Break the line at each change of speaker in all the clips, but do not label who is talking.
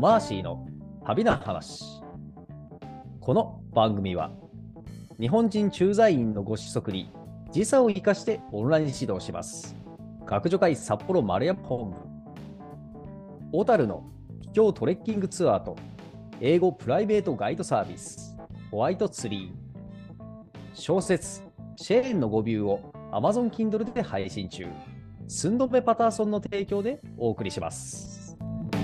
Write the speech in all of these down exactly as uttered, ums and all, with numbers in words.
マーシーの旅の話。この番組は日本人駐在員のご子息に時差を生かしてオンライン指導します。学助会札幌丸山本部、小樽の秘境トレッキングツアーと英語プライベートガイドサービスホワイトツリー、小説シェーンの語尾を Amazon Kindle で配信中。スンドメパターソンの提供でお送りします。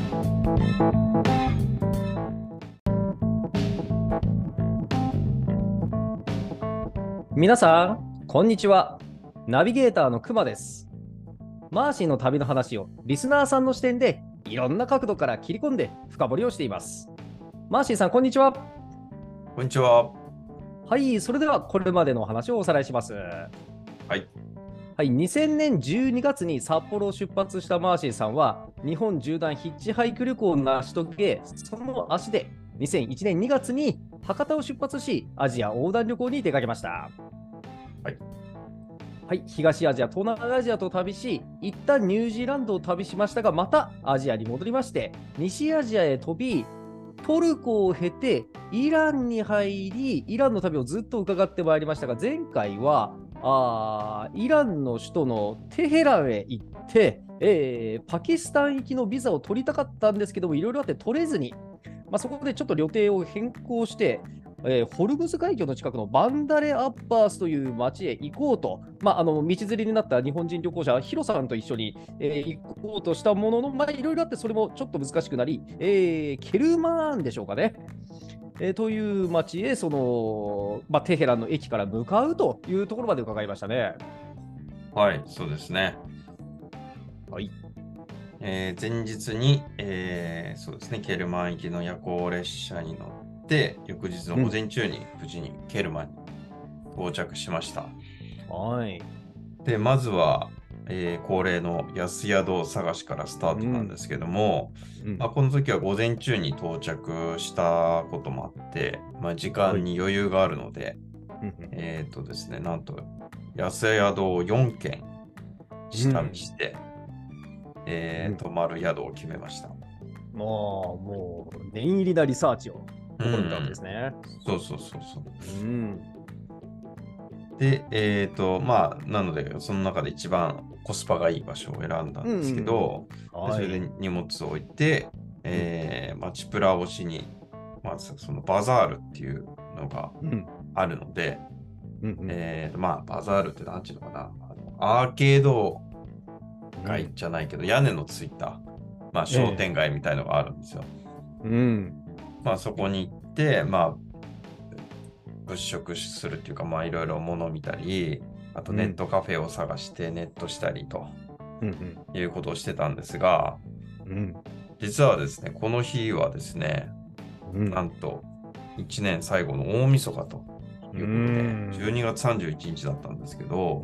皆さんこんにちは。ナビゲーターのくまです。マーシーの旅の話をリスナーさんの視点でいろんな角度から切り込んで深掘りをしています。マーシーさんこんにちは。
こんにちは。
はい、それではこれまでのお話をおさらいします。
はい。
はい、にせんねんじゅうにがつに札幌を出発したマーシーさんは日本縦断ヒッチハイク旅行を成し遂げ、その足でにせんいちねんにがつに博多を出発し、アジア横断旅行に出かけました。
はい。
はい、東アジア、東南アジアと旅し、一旦ニュージーランドを旅しましたが、またアジアに戻りまして、西アジアへ飛び、トルコを経てイランに入り、イランの旅をずっと伺ってまいりましたが、前回はあイランの首都のテヘランへ行って、えー、パキスタン行きのビザを取りたかったんですけども、いろいろあって取れずに、まあ、そこでちょっと旅程を変更して、えー、ホルムズ海峡の近くのバンダレ・アッバースという町へ行こうと、まあ、あの道連れになった日本人旅行者ヒロさんと一緒に、えー、行こうとしたものの、まあ、いろいろあってそれもちょっと難しくなり、えー、ケルマーンでしょうかね、えー、という町へその、まあ、テヘランの駅から向かうというところまで伺いましたね。
はい、そうですね。
はい。
えー、前日に、えー、そうですね、ケルマン行きの夜行列車に乗って、翌日の午前中に無事にケルマンに到着しました。
うん、はい。
で、まずは、えー、恒例の安宿探しからスタートなんですけども、うんまあ、この時は午前中に到着したこともあって、まあ、時間に余裕があるので、はい、えっとですね、なんと安宿をよんけん下見して、うんえー、泊まる宿を決めました。
もう、もう念入りなリサーチを試みたわけですね。
うん、そうそうそうそう。
うん
で、えっ、ー、と、まあ、なので、その中で一番コスパがいい場所を選んだんですけど、うんはい、それで荷物を置いて、えー、マチプラ推しに、まずそのバザールっていうのがあるので、うんうん、えー、まあ、バザールって何ていうのかな、あのアーケード街じゃないけど、うん、屋根のついた、まあ、商店街みたいのがあるんですよ。えー、うん。まあ、そこに行って、まあ、物色するっていうか、まあいろいろ物を見たり、あとネットカフェを探してネットしたりと、うんうん、いうことをしてたんですが、うん、実はですね、この日はですね、うん、なんといちねん最後の大晦日ということで、じゅうにがつさんじゅういちにちだったんですけど、うん、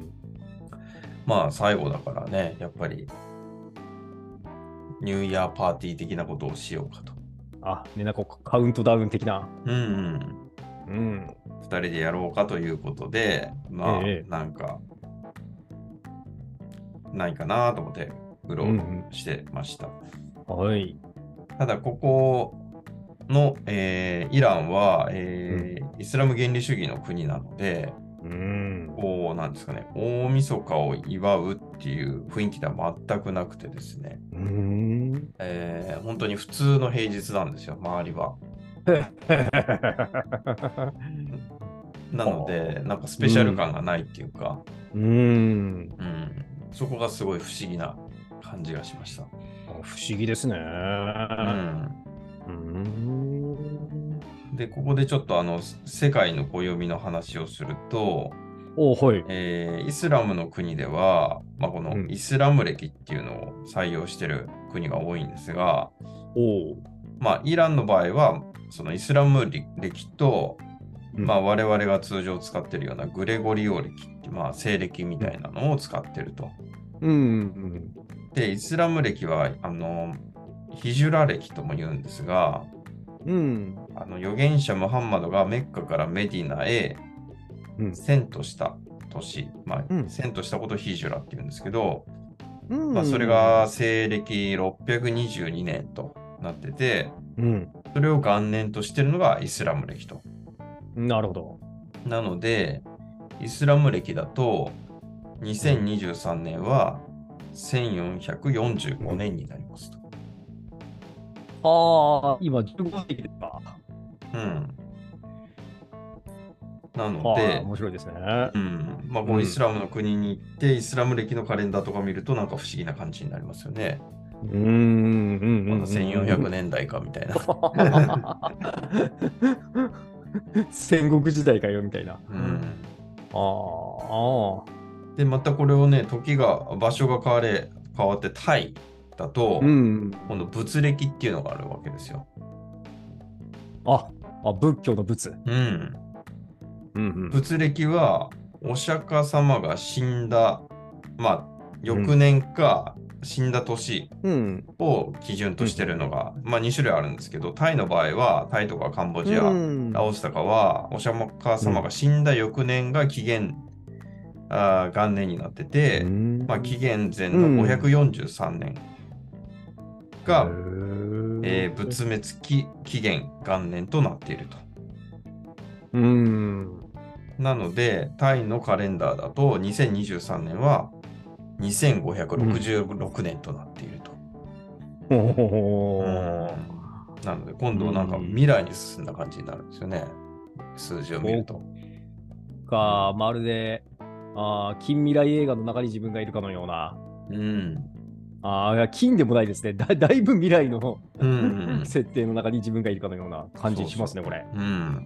まあ最後だからね、やっぱりニューイヤーパーティー的なことをしようかと。
あ、ね、なんかカウントダウン的な。
うんうんうん、ふたりでやろうかということで、まあ、ええ、なんか、ないかなと思って、うろうろしてました。うんうん、はい。ただ、ここの、えー、イランは、えーうん、イスラム原理主義の国なので、うん、こう、なんですかね、大晦日を祝うっていう雰囲気では全くなくてですね、うんえー、本当に普通の平日なんですよ、周りは。なので、なんかスペシャル感がないっていうか、うん、うん、そこがすごい不思議な感じがしました。
不思議ですね。うん
うん、で、ここでちょっとあの世界の暦の話をすると、
おはい
えー、イスラムの国では、まあ、このイスラム暦っていうのを採用している国が多いんですが、おまあ、イランの場合は、そのイスラム暦と、まあ、我々が通常使っているようなグレゴリオ暦って、まあ、西暦みたいなのを使っていると。うんうん、で、イスラム暦は、あの、ヒジュラ暦とも言うんですが、うん、あの預言者ムハンマドがメッカからメディナへ遷都した年、まあ、遷都したことをヒジュラっていうんですけど、うんまあ、それが西暦ろっぴゃくにじゅうにねんとなってて、
うん。
それを元年としてるのがイスラム暦と。
なるほど。
なので、イスラム暦だと、にせんにじゅうさんねんはせんよんひゃくよんじゅうごねんになりますと。
ああ、今じゅうご世紀ですか。
うん。なの
はあ、
で、
面白いですね。
うん。まあ、こうイスラムの国に行って、イスラム暦のカレンダーとか見ると、なんか不思議な感じになりますよね。
うーん、うん、うん
まだ1400
うん。
年代かみたいな。
戦国時代かよみたいな。
うん。
ああ、
で、またこれをね、時が、場所が変われ、変わってタイだと、
うん。
今度仏暦っていうのがあるわけですよ。
あ、あ、仏教の仏。
うん。
うん、
仏暦は、お釈迦様が死んだ、まあ、
うん。
翌年か死んだ年
うん。
を基準としてるのが、まあに種類あるんですけど、タイの場合は、タイとかカンボ
う
ジア、ラ
ん。
オスとかは、お釈迦様が死んだ翌年が紀元、あー元年になって
う
て、まあ、紀
ん。
元前の
うん。
ごひゃくよんじゅうさんねん
へ
が、えー
え。
仏滅期紀元元年となっていると。
うん。
なので、タイのカレンダーだとにせんにじゅうさんねんはにせんごひゃくろくじゅうろくねんとなっていると。
お
う
お。
ん。なので、今
う
度はなんか
ん。
未来に進んだ感じになるんですよね。数字を見ると。
か、まるで、あー近未来映画の中に自分がいるかのような。
うん。
ああ、いや近でもないですね。だ、だいぶ未来の
うん。うん。
設定の中に自分がいるかのような感
そうそ
じしますね、これ。
う。うん。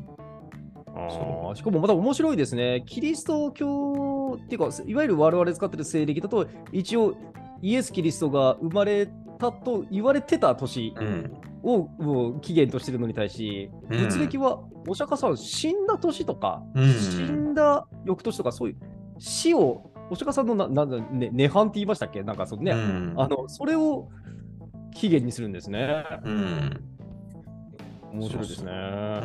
ああ、し
そ
かもまた面白いですね。キリスト教っていうか、いわゆる我々使ってる西暦だと、一応イエス・キリストが生まれたと言われてた年
う。うん。
をもう起源としてるのに対し、
うん。
仏暦はお釈迦さん死んだ年とか、
う
死
ん。
んだ翌年とか、そういう死を、お釈迦さんのな、なんだ、ね、涅槃って言いましたっけなんかその
う
ね、あ
ん。
の、それを起源にするんですね。
うん。
面白いですね。
そうそう。うん。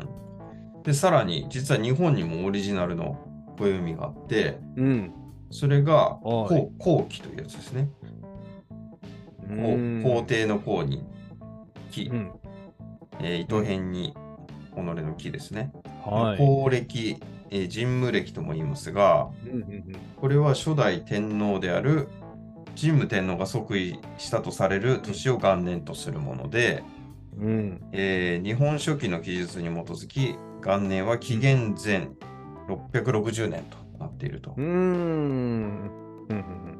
で、さらに、実は日本にもオリジナルの暦があって、
うん。
それが
はい。
皇皇輝というやつですね。
う
皇皇
ん。
帝の皇に輝、
うん。
えー、糸
うん。
辺に己の木ですね。まあ、
はい。
皇暦、えー神武暦とも言いますが、
うん。うん。
これは初代天皇である神武天皇が即位したとされる
うん。
年を元年とするもので、
うん。
えー日本書紀の記述に基づき、元年は紀
うん。
元前ろっぴゃくろくじゅうねんとなっていると。
うん。うん。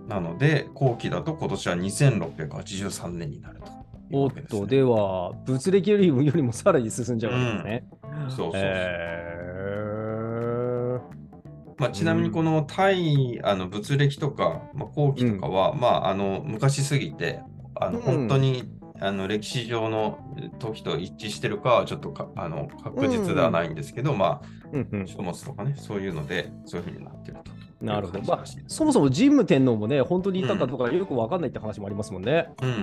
なので、後期だと今年はにせんろっぴゃくはちじゅうさんねんになるという
おっと、
わけですね。
では、物理よりもよりもさらに進んじゃうわけです
うん。
ね。
そうそうそう。
え
まあ、
ー、う
ちなみにこ
ん。
のタイ、あの物暦とか、まあ、後期とか
うん。
は、まあ、あの昔すぎて、あ
う
の本当
ん。
にあの歴史上の時と一致してるかはちょっとかあの
う
確実ではな
ん。
いんですけど、まあ、
うん。うん。
書物とかね、そういうので、そういうふうになってるという
なるほど。
感じら
まあ、
しいですね。
そもそも神武天皇もね、本当にいたか
うん。
どうかよくわかんないって話もありますもんね。
うんうん。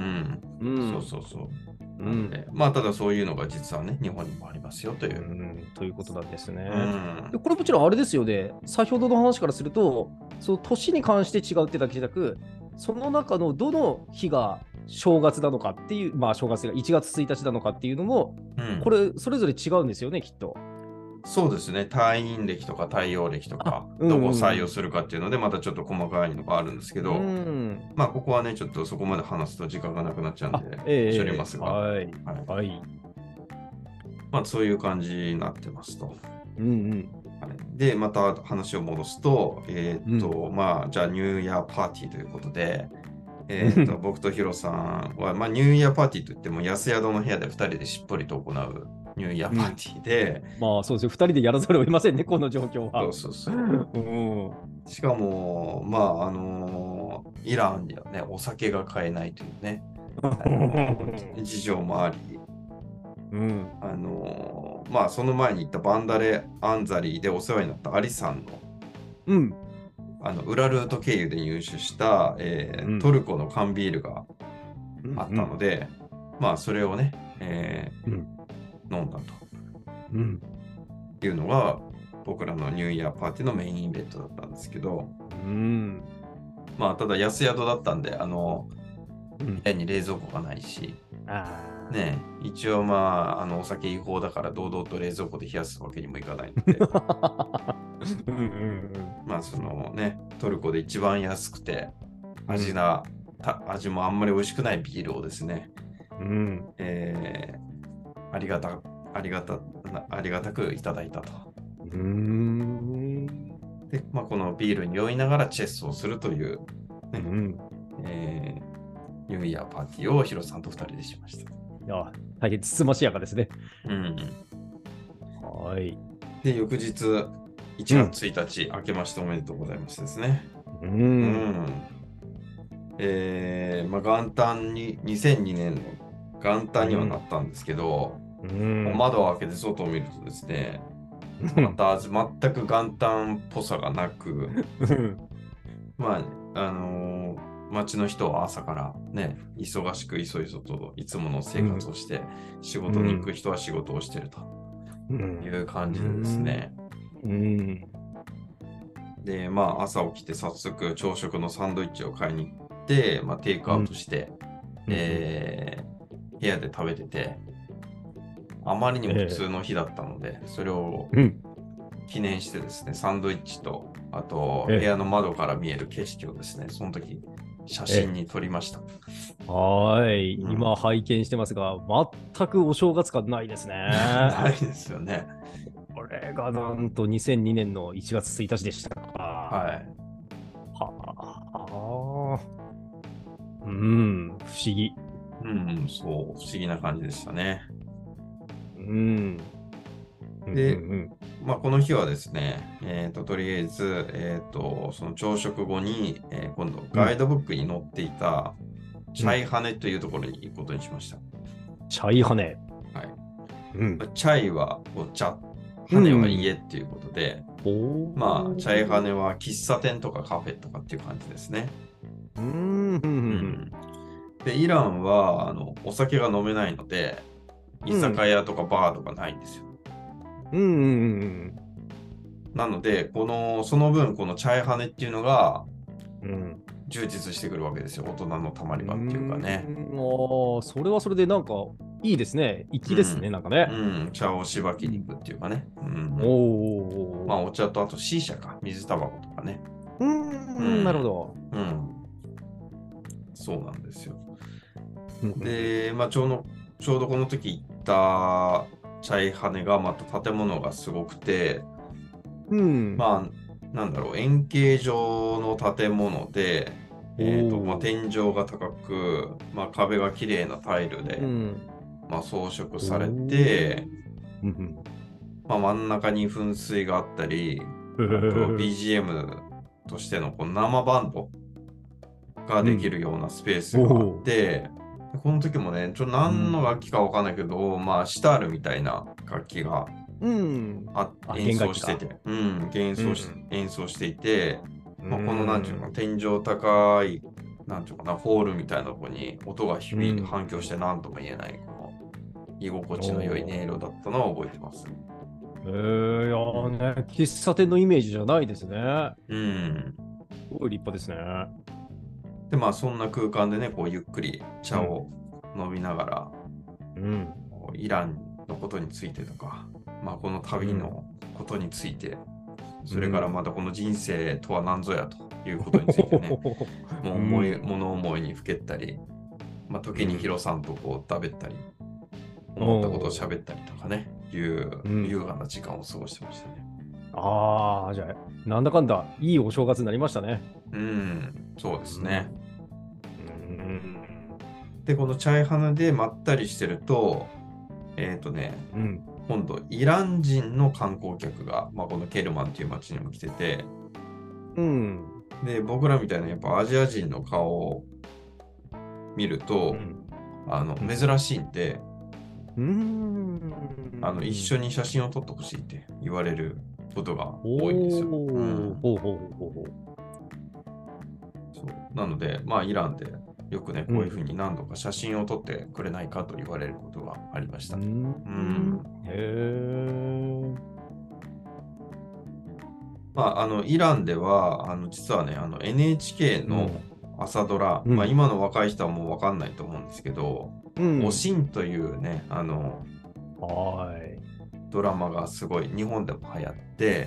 そう
うん。
そうそう。
うん。
なので、まあ、ただそういうのが実はね、日本にもありますよという。
うん、ということなんです
う
ね。で、
ん。
これもちろんあれですよね。先ほどの話からすると、その年に関して違うってだけじゃなく、その中のどの日が正月なのかっていう、まあ正月がいちがつついたちなのかっていうのも、
うん。
これ、それぞれ違うんですよね、きっと。
そうですね。退院暦とか太陽暦と
あ、
か、
う
どこを
んうん
採用するかっていうので、またちょっと細かいのがあるんですけ
うん。う
ど、
ん。
まあ、ここはね、ちょっとそこまで話すと時間がなくなっちゃうん
あ、
で、処理
ええ
ますが、
はい。
はい。
はい。
まあ、そういう感じになってますと。
うんうん。
はい、で、また話を戻すと、えーっ
うん。
と、まあ、じゃあ、ニューイヤーパーティーということで、
う
えーっと、
ん。
僕とヒロさんは、まあ、ニューイヤーパーティーといっても、安宿の部屋でふたりでしっぽりと行うニューイヤーパーティーで、
まあそうですよ。ふたりでやらざるを得ませんね、この状況は。
そうそう
う
そう。
ん。
しかも、まあ、あのイランではね、お酒が買えないというね、あの事情もあり、
うん。
あのまあ、その前に行ったバンダレ・アンザリーでお世話になったアリさんの、
うん。
あの裏ルート経由で入手した、えート
うん。
ルコの缶ビールが
うん。
あっ
うん。
たので、まあ、それをね、え
うん。
ー飲んだ
うん。
というのが、僕らのニューイヤーパーティーのメインイベントだったんですけど、
うん。
まあ、ただ安宿だったんで、あの、
うん、
部屋に冷蔵庫がないし、
あ
ね、一応まあ、あのお酒違法だから堂々と冷蔵庫で冷やすわけにもいかないので、
うんうん
まあそのね、トルコで一番安くて
うん。
味な、た味もあんまり美味しくないビールをですね、
うん。
えー、ありがた、ありがた、ありがたくいただいたと。
うーん。
で、まあ、このビールに酔いながらチェスをするという、ね、
うん。
えーニューイヤーパーティーをヒロさんとふたりでしました。
いや、大変つつましやかですね。
うん。
はい。
で、翌日、いちがつついたち、明けましておめでとうございますですね。
う。
うんん。えー、まあ、元旦に、にせんにねんの元旦にはなったんですけど、
うん。
窓を開けて外を見るとですね、また全く元旦っぽさがなく、まあ、あのー街の人は朝からね、忙しくいそいそといつもの生活をして、仕事に行く人は仕事をしているという感じでですね。
うん。
で、まあ、朝起きて早速朝食のサンドイッチを買いに行って、まあ、テイクアウトして、えー部屋で食べてて、あまりにも普通の日だったので、それを記念してですね、サンドイッチと、あと部屋の窓から見える景色をですね、その時写真に撮りました。
はい。
うん
今拝見してますが、全くお正月感ないですね。
ないですよね。
これがなんとにせんにねんのいちがつついたちでしたか。
はい。
はあ。うん、不思議。
うん、そう、不思議な感じでしたね。
うん。
で、
うんうん
まあ、この日はですね、えーと、とりあえず、えーと、その朝食後に、えー今度、ガイドブックに載っていた、チャイハネというところに行くことにしました。
チャイハネ。
はい。
うん。
チャイはお茶、ハネは家っていうことで、
お
まあ、チャイハネは喫茶店とかカフェとかっていう感じですね。
うん。うん
うんで、イランはあのお酒が飲めないので、居酒屋とかバーとかないんですよ。
うんうん
なので、この、その分、このチャイハネっていうのが
うん
充実してくるわけですよ。大人のたまり場っていうかね。
うん。ああ、それはそれでなんかいいですね。粋ですね、なんかね。
うん、茶をしばきに行くっていうかね。うん
おお。
まあ、お茶とあと C 社か、水タバコとかね。
うん、なるほど。
うん。そうなんですよ。
うん
で、まあ、ちょうど、ちょうどこの時行ったチャイハネがまた建物がすごくて、
うん。
まあ、なんだろう、円形状の建物で、えーとまあ、天井が高く、まあ、壁が綺麗なタイルで、
うん
まあ、装飾されて、
うん
まあ、真ん中に噴水があったり、あと ビージーエム としてのこの生バンドができるようなスペースがあって、この時もね、ちょっと何の楽器かわかんないけど、まあ、シタールみたいな楽器が
うん
あ
あ
演奏してて、うん、演奏し、
うん
演奏していて、まあ、この、
うん
なんていうのかな、天井高い、なんていうのかな、ホールみたいなところに音が響いて
うん
反響して何とも言えない、この居心地の良い音色だったのを覚えてます。
えー、いやーね、喫茶店のイメージじゃないですね。
うん。
すごい立派ですね。
で、まあ、そんな空間でね、こう、ゆっくり茶を飲みながら、
うん。
こうイランのことについてとか、まあ、この旅のことについて、それからまたこの人生とは何ぞやということについてね、もう思い、物思いにふけったり、まあ、時にヒロさんとこう食べったり、思ったことを喋ったりとかね、いう優雅な時間を過ごしてましたね。
ああ、じゃあ、なんだかんだ、いいお正月になりましたね。
うん、そうですね。
うん
で、このチャイハナでまったりしてると、えっとね、
うん
今度、イラン人の観光客が、まあ、このケルマンっていう街にも来てて、
うん
で、僕らみたいなやっぱアジア人の顔を見ると、
うん
あの珍しいんで、
うん
あの一緒に写真を撮ってほしいって言われることが
お
多いんですよ。
お、
うん
ほうほうほうほ
そうなので、まあ、イランでよくね、こういうふうに何度か写真を撮ってくれないかと言われることがありました。
う。う
うん
んへえ。
まあ、あのイランではあの実はね、あの エヌエイチケー の,、 朝ドラ、
うん
まあ、今の若い人はもう分かんないと思うんですけど、
うん
おしんというね、あの、
はい。
ドラマがすごい日本でも流行って、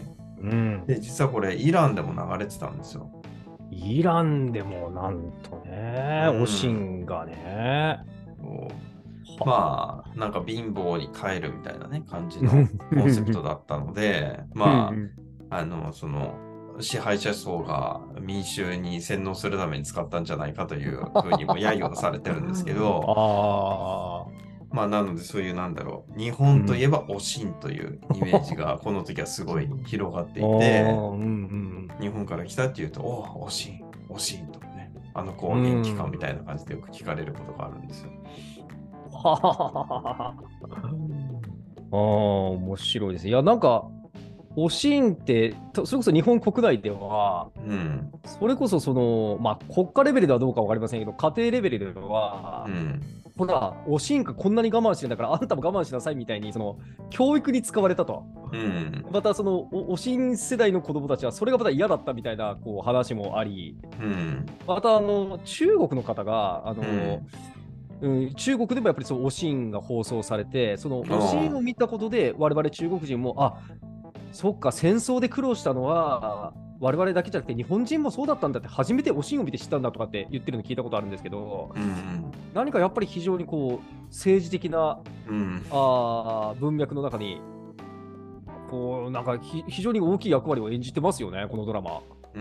うん。
で、実はこれイランでも流れてたんですよ。
イランでもなんとね、
うん
おしんがね。
そうまあ、なんか貧乏に帰るみたいなね、感じのコンセプトだったので、まあ、あの、その、支配者層が民衆に洗脳するために使ったんじゃないかというふうにも揶揄されてるんですけど、
ああ。
まあ、なのでそういうなんだろう、日本といえばおしんというイメージがこの時はすごい広がっていて、
うんうん
日本から来たっていうと、おお、おしん、おしんとかね、あの子は元気かみたいな感じでよく聞かれることがあるんですよ。
はははは。ああ、面白いです。いや、なんか、おしんって、とそれこそ日本国内では、
うん。
それこそその、まあ、国家レベルではどうかわかりませんけど、家庭レベルでは、
うん。
ほら、おしんがこんなに我慢してるんだから、あんたも我慢しなさいみたいに、その、教育に使われたと。
うん。
また、そのお、おしん世代の子供たちは、それがまた嫌だったみたいな、こう、話もあり、
うん。
また、あの、中国の方が、あの、うん、中国でもやっぱりそう、おしんが放送されて、その、おしんを見たことで、我々中国人も、あ、そっか、戦争で苦労したのは、我々だけじゃなくて、日本人もそうだったんだって、初めておしんを見て知ったんだとかって言ってるの聞いたことあるんですけど、
うん。
何かやっぱり非常にこう、政治的な
うん。
あ文脈の中に、こう、なんかひ非常に大きい役割を演じてますよね、このドラマ。
うん。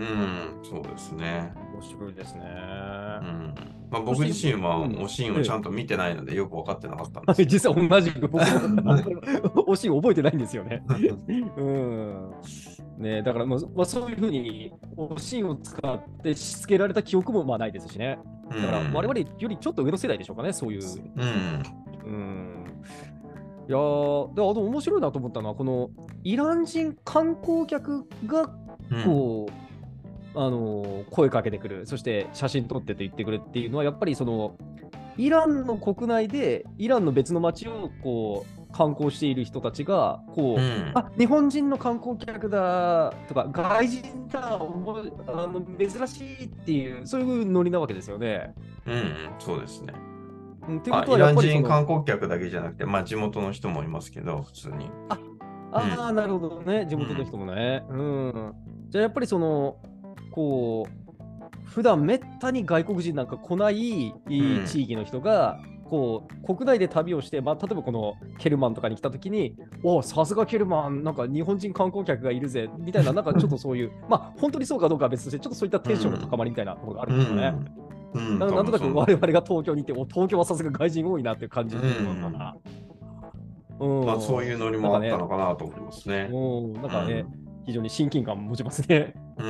そうですね。
面白いですね。
うんまあ、僕自身はおしんをちゃんと見てないのでよく分かってなかったんですけど。
実は同じく僕もおしん覚えてないんですよね。うんね、だからもう、まあ、そういうふうにおしんを使ってしつけられた記憶もまあないですしね。だから我々よりちょっと上の世代でしょうかね、そういう。
うん。
うんいやー、であと面白いなと思ったのは、このイラン人観光客がこう、うん、あのー声かけてくる、そして写真撮ってと言ってくるっていうのは、やっぱりそのイランの国内でイランの別の街をこう観光している人たちがこう、うん、あ日本人の観光客だとか外人だあの珍しいっていうそういうノリなわけですよね。
うん、そうですね。
うん、って
ことはイラン人観光客だけじゃなくて、まあ、地元の人もいますけど、普通に。
ああ、うん、なるほどね、地元の人もね。うん、うん、じゃあやっぱりその、こう、普段めったに外国人なんか来ない地域の人が、うん、こう、国内で旅をして、まあ、例えばこのケルマンとかに来たときに、おさすがケルマン、なんか日本人観光客がいるぜ、みたいな、なんかちょっとそういう、まあ、本当にそうかどうかは別として、ちょっとそういったテンションの高まりみたいなところがあるんですよね。うんうん、なんとなく我々が東京に行って、お東京はさすが外人多いなっていう感じるのかな。
うんうん、まあ、そういうノリもあったのかなと思いますね。
うん、なんかね、うん、非常に親近感も持ちますね。
うん。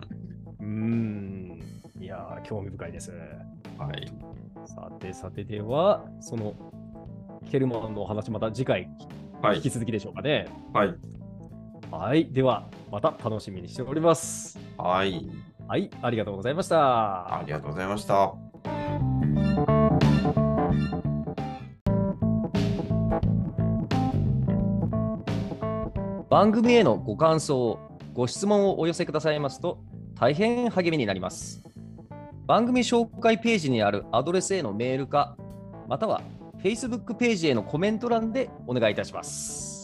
うん。いやー、興味深いです。
はい。
さてさてでは、そのケルマンのお話、また次回、はい、引き続きでしょうかね。
はい。
はい。では、また楽しみにしております。
はい。
はい、ありがとうございました。
ありがとうございました。
番組へのご感想、ご質問をお寄せくださいますと大変励みになります。番組紹介ページにあるアドレスへのメールか、または Facebook ページへのコメント欄でお願いいたします。